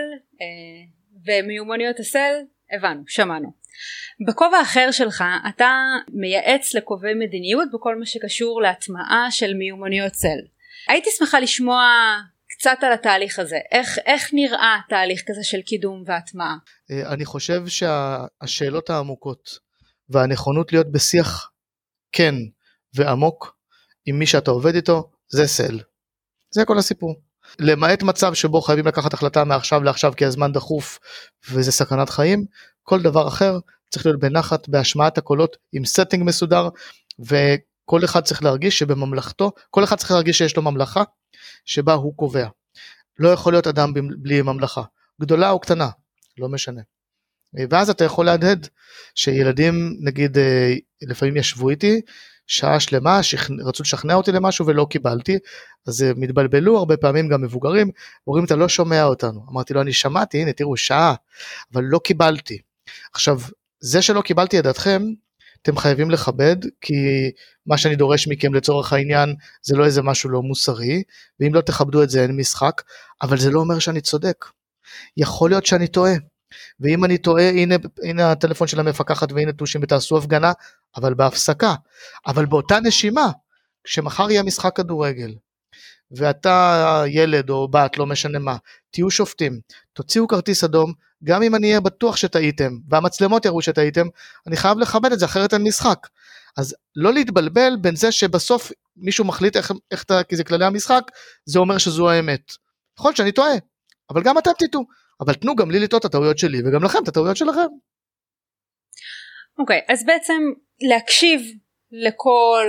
ומיומנויות הסל, הבנו, שמענו. בכובע אחר שלך אתה מייעץ לקובעי מדיניות בכל מה שקשור להטמעה של מיומנויות סל. הייתי שמחה לשמוע קצת על התהליך הזה, איך נראה תהליך כזה של קידום והטמעה? אני חושב שהשאלות העמוקות והנכונות להיות בשיח כן ועמוק עם מי שאתה עובד איתו, זה סל. זה כל הסיפור. למעט מצב שבו חייבים לקחת החלטה מעכשיו לעכשיו כי הזמן דחוף וזה סכנת חיים, כל דבר אחר צריך להיות בנחת, בהשמעת הקולות עם סטינג מסודר, וכל אחד צריך להרגיש שבממלכתו, כל אחד צריך להרגיש שיש לו ממלכה שבה הוא קובע. לא יכול להיות אדם בלי ממלכה, גדולה או קטנה, לא משנה. ואז אתה יכול להדהד שילדים נגיד לפעמים ישבו איתי שעה שלמה, רצו לשכנע אותי למשהו ולא קיבלתי, אז מתבלבלו הרבה פעמים גם מבוגרים, אומרים אתה לא שומע אותנו, אמרתי לו אני שמעתי, הנה תראו שעה, אבל לא קיבלתי. עכשיו זה שלא קיבלתי את דעתכם, אתם חייבים לכבד, כי מה שאני דורש מכם לצורך העניין, זה לא איזה משהו לא מוסרי, ואם לא תכבדו את זה אין משחק, אבל זה לא אומר שאני צודק, יכול להיות שאני טועה, ואם אני טועה, הנה הטלפון של המפקחת, והנה תושים ותעשו הפגנה, אבל בהפסקה, אבל באותה נשימה, כשמחר יהיה משחק כדורגל, ואתה ילד או בת, לא משנה מה, תהיו שופטים, תוציאו כרטיס אדום, גם אם אני אהיה בטוח שטעיתם, והמצלמות יראו שטעיתם, אני חייב לכבד את זה, אחרת אין משחק. אז לא להתבלבל בין זה שבסוף מישהו מחליט איך כי זה כללי המשחק, זה אומר שזו האמת. יכול שאני טועה, אבל גם אתם תטעו, אבל תנו גם לי לטעות את הטעויות שלי, וגם לכם את הטעויות שלכם. אוקיי, אז בעצם להקשיב לכל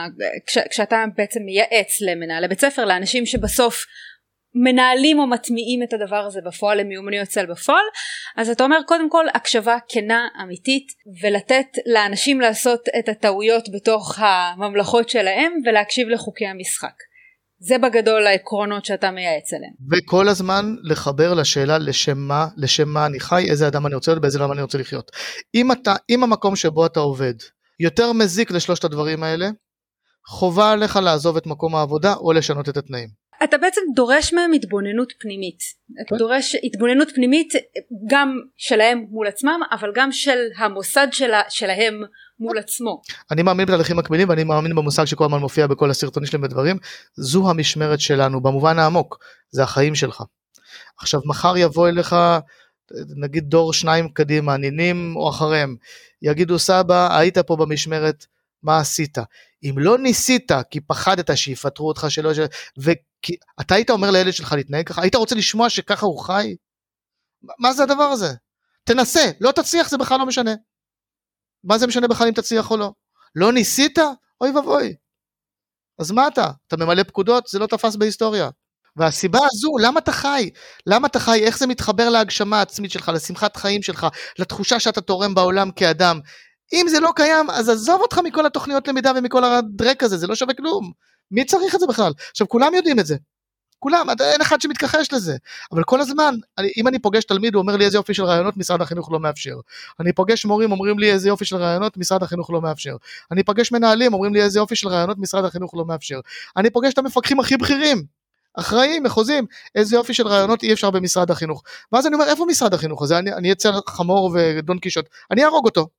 כשאתה בעצם מייעץ למנהלי בית ספר, לאנשים שבסוף מנהלים או מטמיעים את הדבר הזה בפועל, למיומנויות סל בפועל, אז אתה אומר קודם כל הקשבה כנה אמיתית, ולתת לאנשים לעשות את הטעויות בתוך הממלכות שלהם, ולהקשיב לחוקי המשחק. זה בגדול העקרונות שאתה מייעץ אליהם. וכל הזמן לחבר לשאלה לשם מה אני חי, איזה אדם אני רוצה להיות, באיזה עולם אני רוצה לחיות. אם המקום שבו אתה עובד יותר מזיק לשלושת הדברים האלה, חובה עליך לעזוב את מקום העבודה או לשנות את התנאים. אתה בעצם דורש מהם התבוננות פנימית. אתה דורש התבוננות פנימית גם שלהם מול עצמם, אבל גם של המוסד שלהם מול עצמו. אני מאמין בתהליכים מקבילים, ואני מאמין במושג שכל הזמן מופיע בכל הסרטונים שלהם בדברים, זו המשמרת שלנו, במובן העמוק, זה החיים שלך. עכשיו מחר יבוא אליך, נגיד דור 2 קדימה, נינים או אחריהם, יגידו סבא, היית פה במשמרת, מה עשית? אם לא ניסית, כי פחדת שיפטרו אותך, ואתה היית אומר לילד שלך להתנהג ככה, היית רוצה לשמוע שככה הוא חי? מה זה הדבר הזה? תנסה, לא תצליח, זה בכלל לא משנה. מה זה משנה בכלל אם תצליח או לא? לא ניסית? אוי ובוי. אז מה אתה? אתה ממלא פקודות? זה לא תפס בהיסטוריה. והסיבה הזו, למה אתה חי? למה אתה חי? איך זה מתחבר להגשמה העצמית שלך, לשמחת חיים שלך, לתחושה שאתה תורם בעולם כאדם? אם זה לא קיים, אז עזוב אותך מכל התוכניות למידה ומכל הדרק הזה, זה לא שווה כלום. מי צריך את זה בכלל? עכשיו, כולם יודעים את זה. כולם, אין אחד שמתכחש לזה. אבל כל הזמן, אם אני פוגש תלמיד, הוא אומר לי איזה יופי של רעיונות, משרד החינוך לא מאפשר. אני פוגש מורים, אומרים לי איזה יופי של רעיונות, משרד החינוך לא מאפשר. אני פוגש מנהלים, אומרים לי איזה יופי של רעיונות, משרד החינוך לא מאפשר. אני פוגש את המפקחים הכי בכירים, אחראים, מחוזים, איזה יופי של רעיונות אי אפשר במשרד החינוך. ואז אני אומר, איפה משרד החינוך הזה? אני אצל חמור ודון קישוט. אני ארוג אותו.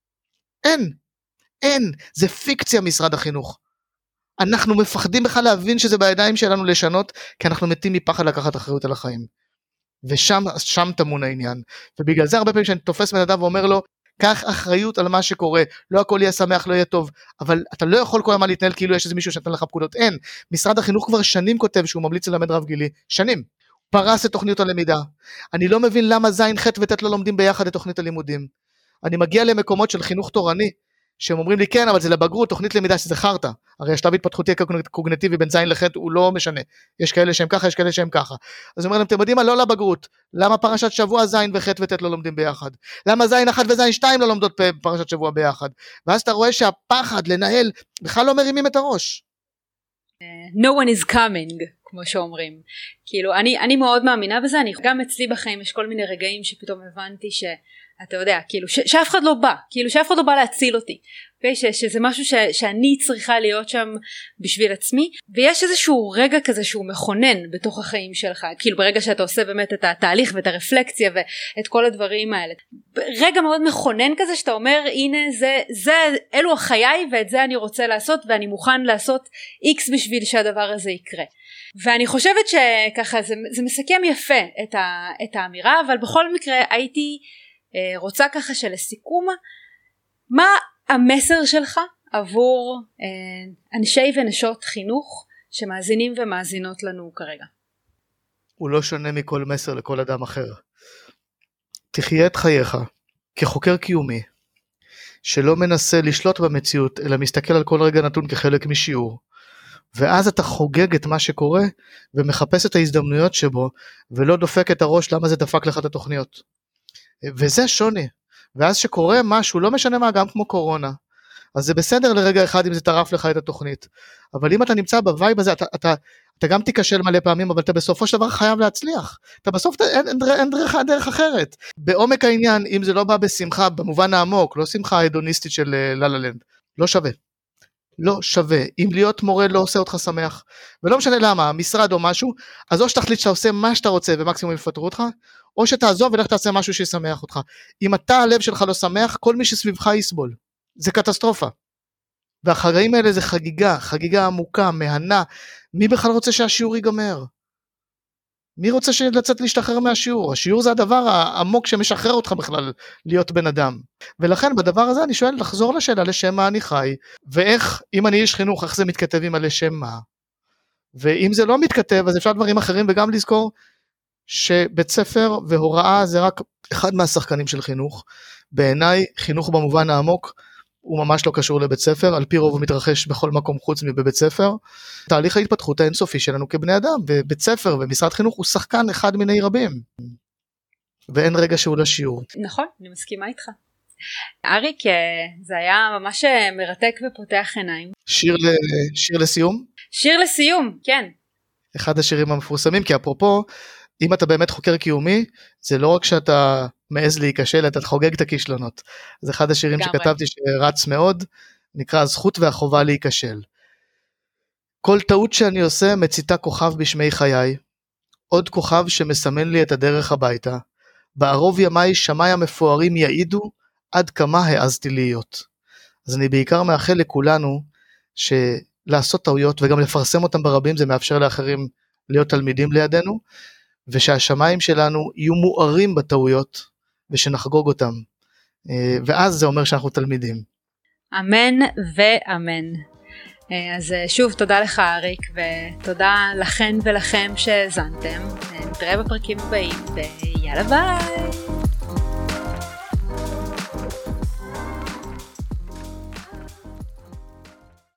אין, זה פיקציה משרד החינוך. אנחנו מפחדים בכלל להבין שזה בידיים שלנו לשנות, כי אנחנו מתים מפחד לקחת אחריות על החיים. ושם תמון העניין. ובגלל זה הרבה פעמים שאני תופס בן אדם ואומר לו, קח אחריות על מה שקורה, לא הכל יהיה שמח, לא יהיה טוב, אבל אתה לא יכול כל הזמן להתנהל כאילו יש איזה מישהו שנתן לך פקודות, אין. משרד החינוך כבר שנים כותב שהוא ממליץ ללמד רב גילי, שנים. פרס את תוכניות הלמידה. אני לא מבין למה זין, ח' ות' לא לומדים ביחד את תוכנית הלימודים. אני מגיע למקומות של חינוך תורני, שהם אומרים לי, כן, אבל זה לבגרות, תוכנית למידה שזה חרטה, הרי השלב התפתחותי קוגניטיבי בין זין לחטא הוא לא משנה, יש כאלה שהם ככה, יש כאלה שהם ככה, אז אומר להם, אתם יודעים מה, לא לבגרות, למה פרשת שבוע זין וחטא וטט לא לומדים ביחד, למה זין 1 וזין 2 לא לומדות פרשת שבוע ביחד, ואז אתה רואה שהפחד לנהל, בכלל לא מרימים את הראש. No one is coming, כמו שאומרים. כאילו, אני מאוד מאמינה בזה, גם אצלי בחיים יש כל מיני רגעים שפתאום הבנתי אתה יודע, כאילו, שאף אחד לא בא, כאילו, שאף אחד לא בא להציל אותי, okay? שזה משהו שאני צריכה להיות שם בשביל עצמי, ויש איזשהו רגע כזה שהוא מכונן בתוך החיים שלך, כאילו, ברגע שאתה עושה באמת את התהליך ואת הרפלקציה ואת כל הדברים האלה, רגע מאוד מכונן כזה שאתה אומר, הנה, אלו החיי ואת זה אני רוצה לעשות, ואני מוכן לעשות X בשביל שהדבר הזה יקרה. ואני חושבת שככה זה מסכם יפה את האמירה, אבל בכל מקרה הייתי רוצה ככה שלסיכום, מה המסר שלך עבור אנשי ונשות חינוך שמאזינים ומאזינות לנו כרגע? הוא לא שונה מכל מסר לכל אדם אחר. תחיה את חייך כחוקר קיומי, שלא מנסה לשלוט במציאות, אלא מסתכל על כל רגע נתון כחלק משיעור, ואז אתה חוגג את מה שקורה, ומחפש את ההזדמנויות שבו, ולא דופק את הראש למה זה דפק לך את התוכניות. וזה שוני, ואז שקורה משהו, לא משנה מה, גם כמו קורונה, אז זה בסדר לרגע אחד אם זה טרף לך את התוכנית, אבל אם אתה נמצא בווייב הזה, אתה גם תיכשל מלא פעמים, אבל אתה בסופו של דבר חייב להצליח, אתה בסוף אין דרך אחרת, בעומק העניין, אם זה לא בא בשמחה, במובן העמוק, לא שמחה ההדוניסטית של ללה-לנד, לא שווה. לא שווה, אם להיות מורה לא עושה אותך שמח, ולא משנה למה, משרד או משהו, אז או שתחליט שאתה עושה מה שאתה רוצה, ומקסימום יפטרו אותך, או שתעזוב ולך תעשה משהו שישמח אותך. אם אתה הלב שלך לא שמח, כל מי שסביבך יסבול, זה קטסטרופה. והחגים האלה זה חגיגה עמוקה, מהנה, מי בכלל רוצה שהשיעור ייגמר? מי רוצה לצאת להשתחרר מהשיעור? השיעור זה הדבר העמוק שמשחרר אותך בכלל להיות בן אדם. ולכן בדבר הזה אני שואל לחזור לשאלה לשם מה אני חי, ואיך, אם אני איש חינוך, איך זה מתכתב עם הלשם מה? ואם זה לא מתכתב, אז אפשר דברים אחרים, וגם לזכור שבית ספר והוראה זה רק אחד מהשחקנים של חינוך. בעיניי, חינוך במובן העמוק, הוא ממש לא קשור לבית ספר, על פי רוב הוא מתרחש בכל מקום חוץ מבבית ספר. תהליך ההתפתחות האינסופי שלנו כבני אדם, ובית ספר ומשרד חינוך הוא שחקן אחד מיני רבים. ואין רגע שהוא לשיעור. נכון, אני מסכימה איתך. אריק, זה היה ממש מרתק ופותח עיניים. שיר לסיום? שיר לסיום, כן. אחד השירים המפורסמים, כי אפרופו, אם אתה באמת חוקר קיומי, זה לא רק שאתה מעז להיכשל, אתה חוגג את הכישלונות. זה אחד השירים שכתבתי שרץ מאוד, נקרא הזכות והחובה להיכשל. כל טעות שאני עושה מציתה כוכב בשמי חיי, עוד כוכב שמסמן לי את הדרך הביתה, בערוב ימיי שמי המפוארים יעידו עד כמה העזתי להיות. אז אני בעיקר מאחל לכולנו שלעשות טעויות וגם לפרסם אותם ברבים, זה מאפשר לאחרים להיות תלמידים לידינו, ושהשמיים שלנו יהיו מוארים בטעויות, ושנחגוג אותם, ואז זה אומר שאנחנו תלמידים. אמן ואמן. אז שוב תודה לך אריק, ותודה לכן ולכם שהזנתם, נתראה בפרקים הבאים, ויאללה ביי.